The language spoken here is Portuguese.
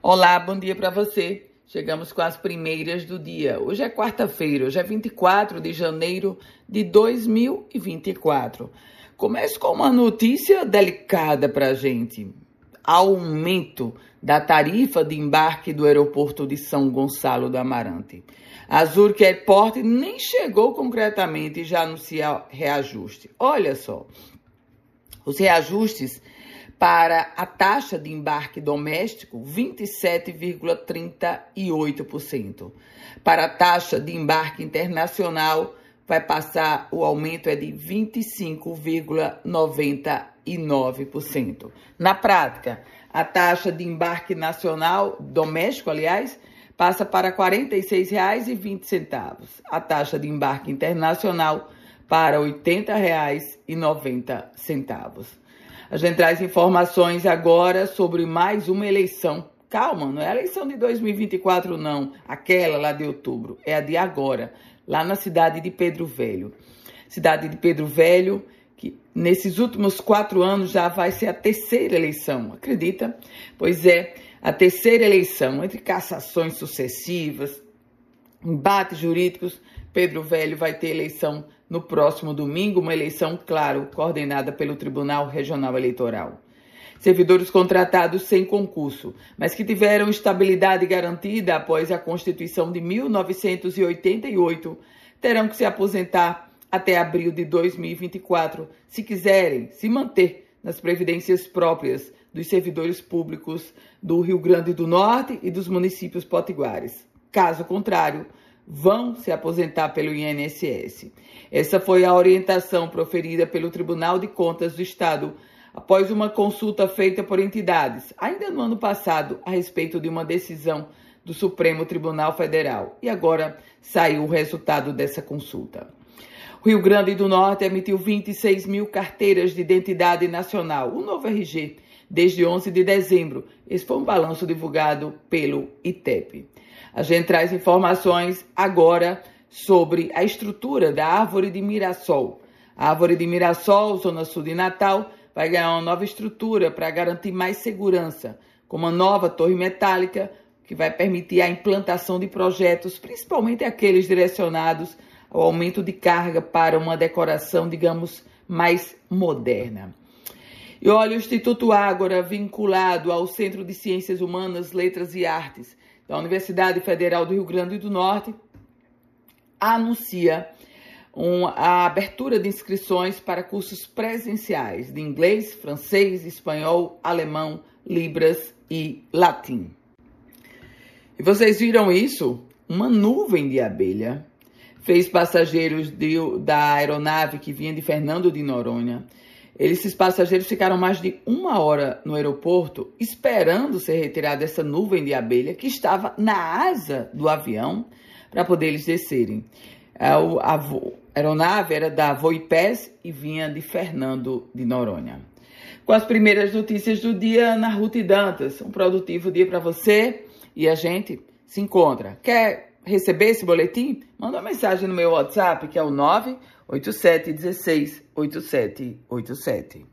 Olá, bom dia para você. Chegamos com as primeiras do dia. Hoje é quarta-feira, hoje é 24 de janeiro de 2024. Começo com uma notícia delicada para a gente. Aumento da tarifa de embarque do aeroporto de São Gonçalo do Amarante. A Zurich Airport nem chegou concretamente e já anuncia reajuste. Olha só, os reajustes para a taxa de embarque doméstico, 27,38%. Para a taxa de embarque internacional, vai passar, o aumento é de 25,99%. Na prática, a taxa de embarque nacional, doméstico, aliás, passa para R$ 46,20. A taxa de embarque internacional para R$ 80,90. A gente traz informações agora sobre mais uma eleição. Calma, não é a eleição de 2024 não, aquela lá de outubro, é a de agora, lá na cidade de Pedro Velho. Cidade de Pedro Velho, que nesses últimos 4 anos já vai ser a terceira eleição, acredita? Pois é, a terceira eleição, entre cassações sucessivas, embates jurídicos. Pedro Velho vai ter eleição no próximo domingo, uma eleição, claro, coordenada pelo Tribunal Regional Eleitoral. Servidores contratados sem concurso, mas que tiveram estabilidade garantida após a Constituição de 1988, terão que se aposentar até abril de 2024, se quiserem se manter nas previdências próprias dos servidores públicos do Rio Grande do Norte e dos municípios potiguares. Caso contrário, vão se aposentar pelo INSS. Essa foi a orientação proferida pelo Tribunal de Contas do Estado após uma consulta feita por entidades, ainda no ano passado, a respeito de uma decisão do Supremo Tribunal Federal. E agora saiu o resultado dessa consulta. O Rio Grande do Norte emitiu 26 mil carteiras de identidade nacional, o novo RG, desde 11 de dezembro. Esse foi um balanço divulgado pelo ITEP. A gente traz informações agora sobre a estrutura da Árvore de Mirassol. A Árvore de Mirassol, Zona Sul de Natal, vai ganhar uma nova estrutura para garantir mais segurança, com uma nova torre metálica que vai permitir a implantação de projetos, principalmente aqueles direcionados ao aumento de carga para uma decoração, digamos, mais moderna. E olha, o Instituto Ágora, vinculado ao Centro de Ciências Humanas, Letras e Artes da Universidade Federal do Rio Grande do Norte, anuncia a abertura de inscrições para cursos presenciais de inglês, francês, espanhol, alemão, libras e latim. E vocês viram isso? Uma nuvem de abelha fez passageiros da aeronave que vinha de Fernando de Noronha. Esses passageiros ficaram mais de 1 hora no aeroporto esperando ser retirada essa nuvem de abelha que estava na asa do avião para poder eles descerem. A aeronave era da Voipes e vinha de Fernando de Noronha. Com as primeiras notícias do dia, Ana Ruth Dantas. Um produtivo dia para você e a gente se encontra. Quer receber esse boletim? Manda uma mensagem no meu WhatsApp, que é o 987168787.